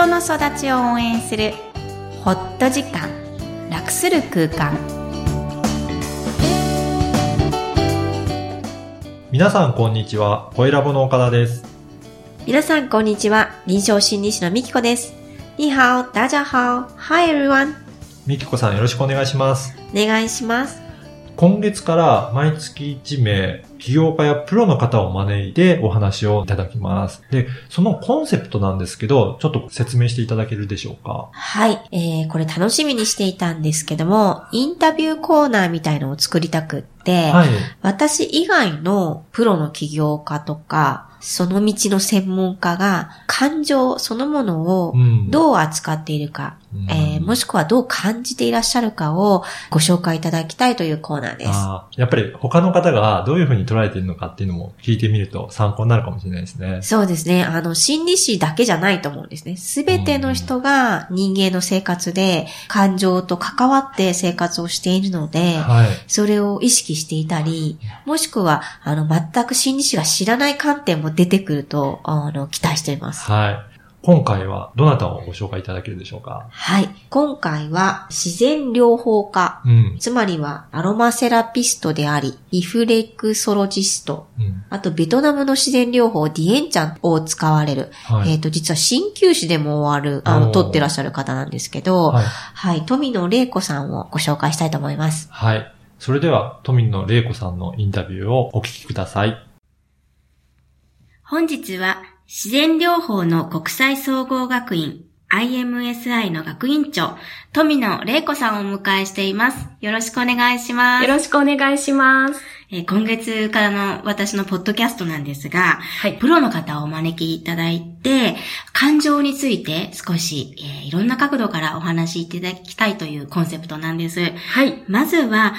人の育ちを応援するホット時間、楽する空間。 皆さんこんにちは、声ラボの岡田です。 皆さんこんにちは、臨床心理士のみきこです。你好、大家好、Hi everyone。 みきこさんよろしくお願いします。 お願いします。 今月から毎月1名、起業家やプロの方を招いてお話をいただきます。で、そのコンセプトなんですけど、ちょっと説明していただけるでしょうか。 はい、これ楽しみにしていたんですけども、インタビューコーナーみたいのを作りたくって、 はい、 私以外のプロの起業家とか、その道の専門家が感情そのものをどう扱っているか、もしくはどう感じていらっしゃるかをご紹介いただきたいというコーナーです。 やっぱり他の方がどういうふうに捉えているのかっていうのも聞いてみると参考になるかもしれないですね。 そうですね。心理師だけじゃないと思うんですね。すべての人が人間の生活で感情と関わって生活をしているので、 はい、 それを意識していたり、もしくは全く心理師が知らない観点も出てくると期待しています。 はい。今回はどなたをご紹介いただけるでしょうか。 はい。今回は自然療法家、つまりはアロマセラピストであり、リフレクソロジスト、あとベトナムの自然療法ディエンチャンを使われる、はい、実は鍼灸師でも取ってらっしゃる方なんですけど、はい、はい、富野玲子さんをご紹介したいと思います。 はい。それでは富野玲子さんのインタビューをお聞きください。 本日は自然療法の国際総合学院 IMSI の学院長富野玲子さんをお迎えしています。よろしくお願いします。 よろしくお願いします。 今月からの私のポッドキャストなんですが、はい、プロの方をお招きいただいて、感情について少し、いろんな角度からお話しいただきたいというコンセプトなんです。 はい。 まずは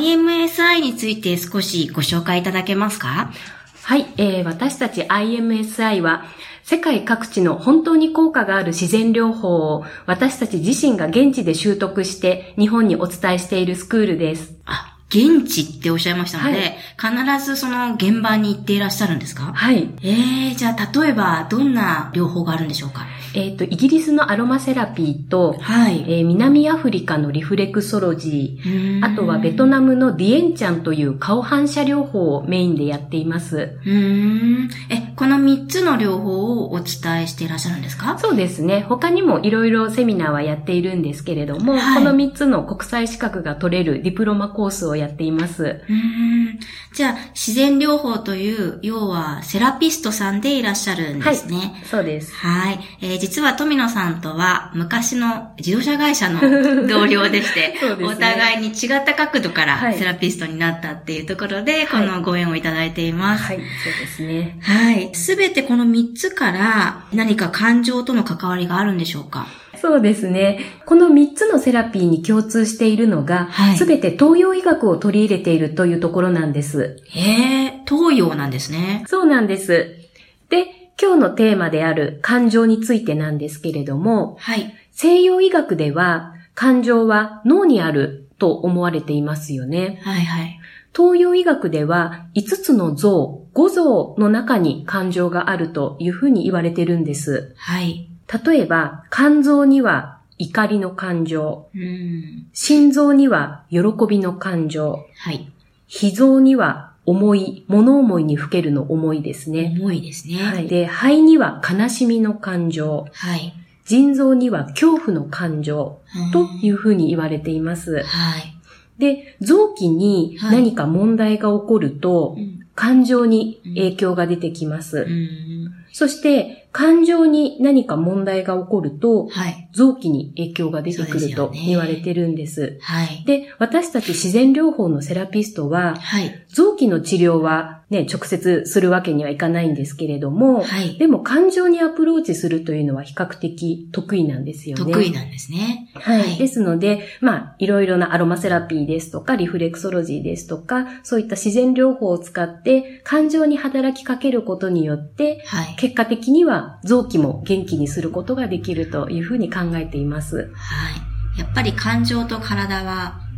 IMSI について少しご紹介いただけますか？ はい、私たち IMSI は世界各地の本当に効果がある自然療法を私たち自身が現地で習得して日本にお伝えしているスクールです。 現地っておっしゃいましたので、はい、必ずその現場に行っていらっしゃるんですか？ はい。 じゃあ例えばどんな療法があるんでしょうか？ イギリスのアロマセラピーと、はい、南アフリカのリフレクソロジー、あとはベトナムのディエンチャンという顔反射療法をメインでやっています。 この3つの療法をお伝えしていらっしゃるんですか？ そうですね。他にもいろいろセミナーはやっているんですけれども、はい、この3つの国際資格が取れるディプロマコースをやっています。 じゃあ、自然療法という、要はセラピストさんでいらっしゃるんですね。 はい、そうです。 はい。実は富野さんとは昔の自動車会社の同僚でして、ね、お互いに違った角度からセラピストになったっていうところで、このご縁をいただいています。 はい、そうですね。 はい。すべてこの3つから何か感情との関わりがあるんでしょうか？ そうですね。この3つのセラピーに共通しているのが、すべて東洋医学を取り入れているというところなんです。 東洋なんですね。 そうなんです。で、今日のテーマである感情についてなんですけれども、 はい、 西洋医学では感情は脳にあると思われていますよね。 はいはい。 東洋医学では5つの像、5像の中に感情があるというふうに言われてるんです。 はい。 例えば、肝臓には怒りの感情、心臓には喜びの感情、 はい、 脾臓には思い、物思いにふけるの思いですね。 思いですね。 はい。で、肺には悲しみの感情、 はい、 腎臓には恐怖の感情というふうに言われています。 はい。 で、臓器に何か問題が起こると、感情に影響が出てきます。そして、感情に何か問題が起こると、臓器に影響が出てくると言われてるんです。で、私たち自然療法のセラピストは、臓器の治療はね、直接するわけにはいかないんですけれども、でも感情にアプローチするというのは比較的得意なんですよね。 得意なんですね。 ですので、いろいろなアロマセラピーですとか、リフレクソロジーですとか、そういった自然療法を使って感情に働きかけることによって、結果的には臓器も元気にすることができるというふうに考えています。 やっぱり感情と体は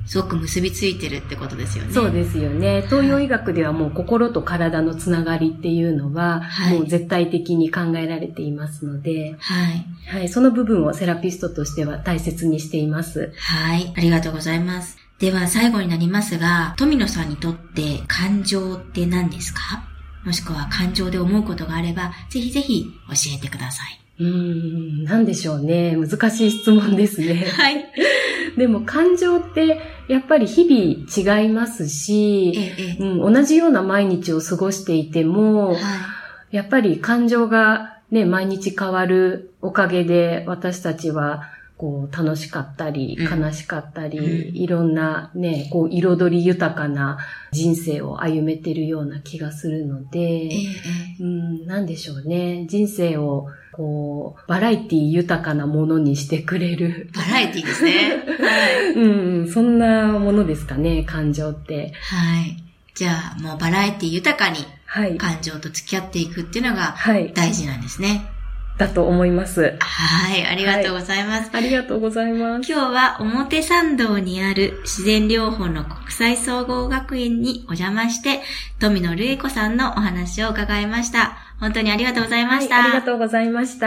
すごく結びついてるってことですよね。 そうですよね。東洋医学ではもう心と体のつながりっていうのは、もう絶対的に考えられていますので、はい。その部分をセラピストとしては大切にしています。 はい。ありがとうございます。では最後になりますが、富野さんにとって感情って何ですか？もしくは感情で思うことがあれば、ぜひぜひ教えてください。 なんでしょうね。難しい質問ですね。 はい。 でも感情ってやっぱり日々違いますし、同じような毎日を過ごしていても、やっぱり感情がね、毎日変わるおかげで私たちはこう楽しかったり、悲しかったり、いろんなね、こう彩り豊かな人生を歩めてるような気がするので、なんでしょうね。人生をこう、バラエティ豊かなものにしてくれる。 バラエティですね。 はい。そんなものですかね、感情って。 はい。じゃあ、もうバラエティ豊かに、感情と付き合っていくっていうのが大事なんですね。 だと思います。 はい、ありがとうございます。 ありがとうございます。 今日は表参道にある自然療法の国際総合学院にお邪魔して、富野瑠恵子さんのお話を伺いました。本当にありがとうございました。 ありがとうございました。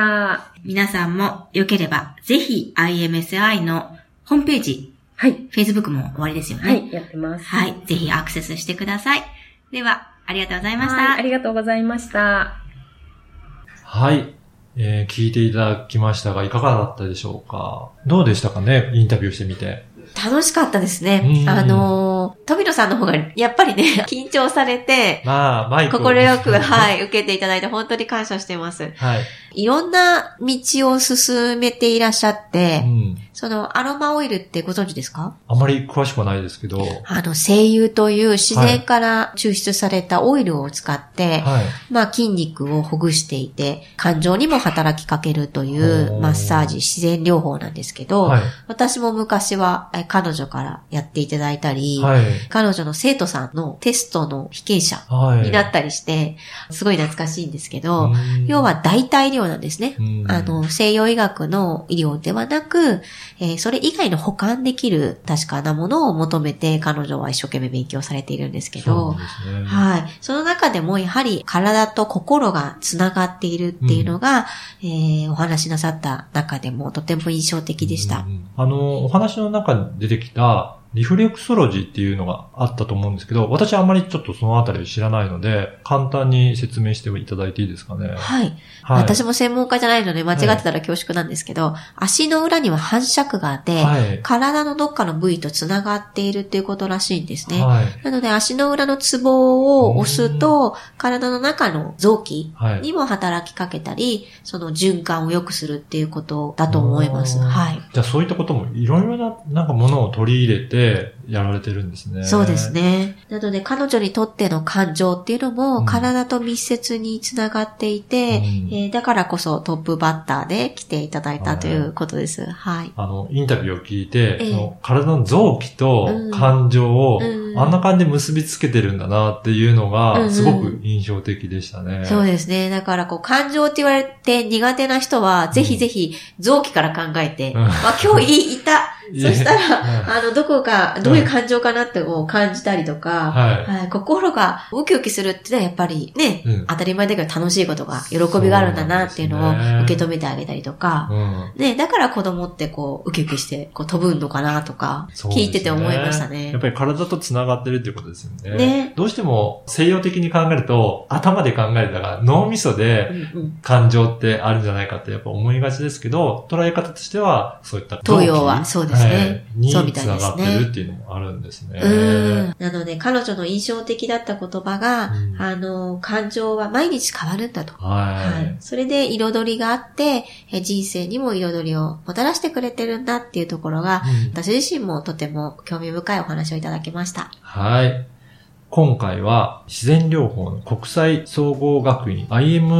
皆さんもよければ、ぜひ IMSI のホームページ、Facebook も終わりですよね。 やってます。 ぜひアクセスしてください。では、ありがとうございました。 ありがとうございました。 はい。聞いていただきましたが、いかがだったでしょうか？どうでしたかね？インタビューしてみて。 楽しかったですね。富野さんの方がやっぱりね、緊張されて、 マイクを心よく、受けていただいて本当に感謝してます。いろんな道を進めていらっしゃって、そのアロマオイルってご存知ですか？ あまり詳しくはないですけど。 精油という自然から抽出されたオイルを使って、筋肉をほぐしていて、感情にも働きかけるというマッサージ、自然療法なんですけど、私も昔は彼女からやっていただいたり、彼女の生徒さんのテストの被験者になったりして、すごい懐かしいんですけど、要は代替医療なんですね。西洋医学の医療ではなく、それ以外の補完できる確かなものを求めて彼女は一生懸命勉強されているんですけど、その中でもやはり体と心がつながっているっていうのが、お話しなさった中でもとても印象的でした。 お話の中に出てきたリフレクソロジーっていうのがあったと思うんですけど、私はあんまりちょっとそのあたりを知らないので、簡単に説明していただいていいですかね。 私も専門家じゃないので間違ってたら恐縮なんですけど、足の裏には反射区があって、体のどっかの部位とつながっているっていうことらしいんですね。なので足の裏のツボを押すと、体の中の臓器にも働きかけたり、その循環を良くするっていうことだと思います。 じゃあそういったこともいろいろななんかものを取り入れて、やられてるんですね。 そうですね。なので彼女にとっての感情っていうのも体と密接につながっていて、だからこそトップバッターで来ていただいたということです。 インタビューを聞いて、体の臓器と感情をあんな感じで結びつけてるんだなっていうのがすごく印象的でしたね。 そうですね。だから感情って言われて苦手な人はぜひぜひ臓器から考えて、今日いたそしたら、どういう感情かなって感じたりとか、心がウキウキするってのはやっぱりね、当たり前だけど楽しいことが、喜びがあるんだなっていうのを受け止めてあげたりとか、だから子供ってウキウキして飛ぶのかなとか、聞いてて思いましたね。 やっぱり体と繋がってるっていうことですよね。どうしても西洋的に考えると、頭で考えたら脳みそで感情ってあるんじゃないかってやっぱ思いがちですけど、捉え方としてはそういった東洋はそうですね。 に繋がってるっていうのもあるんですね。 なので彼女の印象的だった言葉が、感情は毎日変わるんだと。それで彩りがあって、人生にも彩りをもたらしてくれてるんだっていうところが、私自身もとても興味深いお話をいただきました。 今回は自然療法の国際総合学院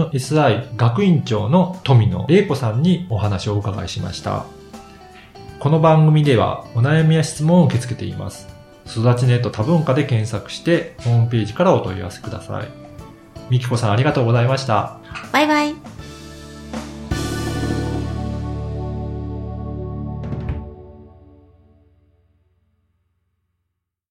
IMSI 学院長の富野玲子さんにお話をお伺いしました。この番組ではお悩みや質問を受け付けています。育ちネット多文化で検索してホームページからお問い合わせください。みきこさんありがとうございました。 バイバイ。